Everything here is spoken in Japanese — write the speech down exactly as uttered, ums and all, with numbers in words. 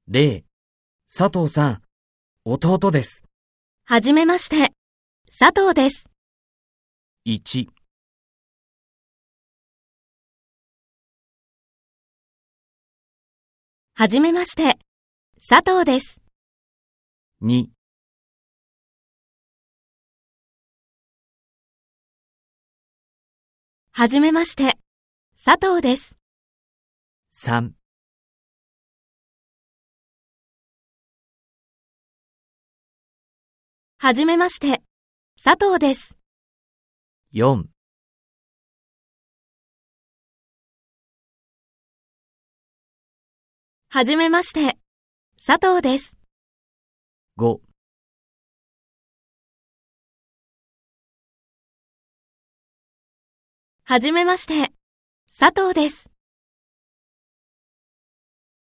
例、佐藤さん、弟です。 はじめまして、佐藤です。 いち、 はじめまして、佐藤です。 に、 はじめまして、佐藤です。 さん、 はじめまして、佐藤です。 よん、 はじめまして、佐藤です。 ご、 はじめまして、佐藤です。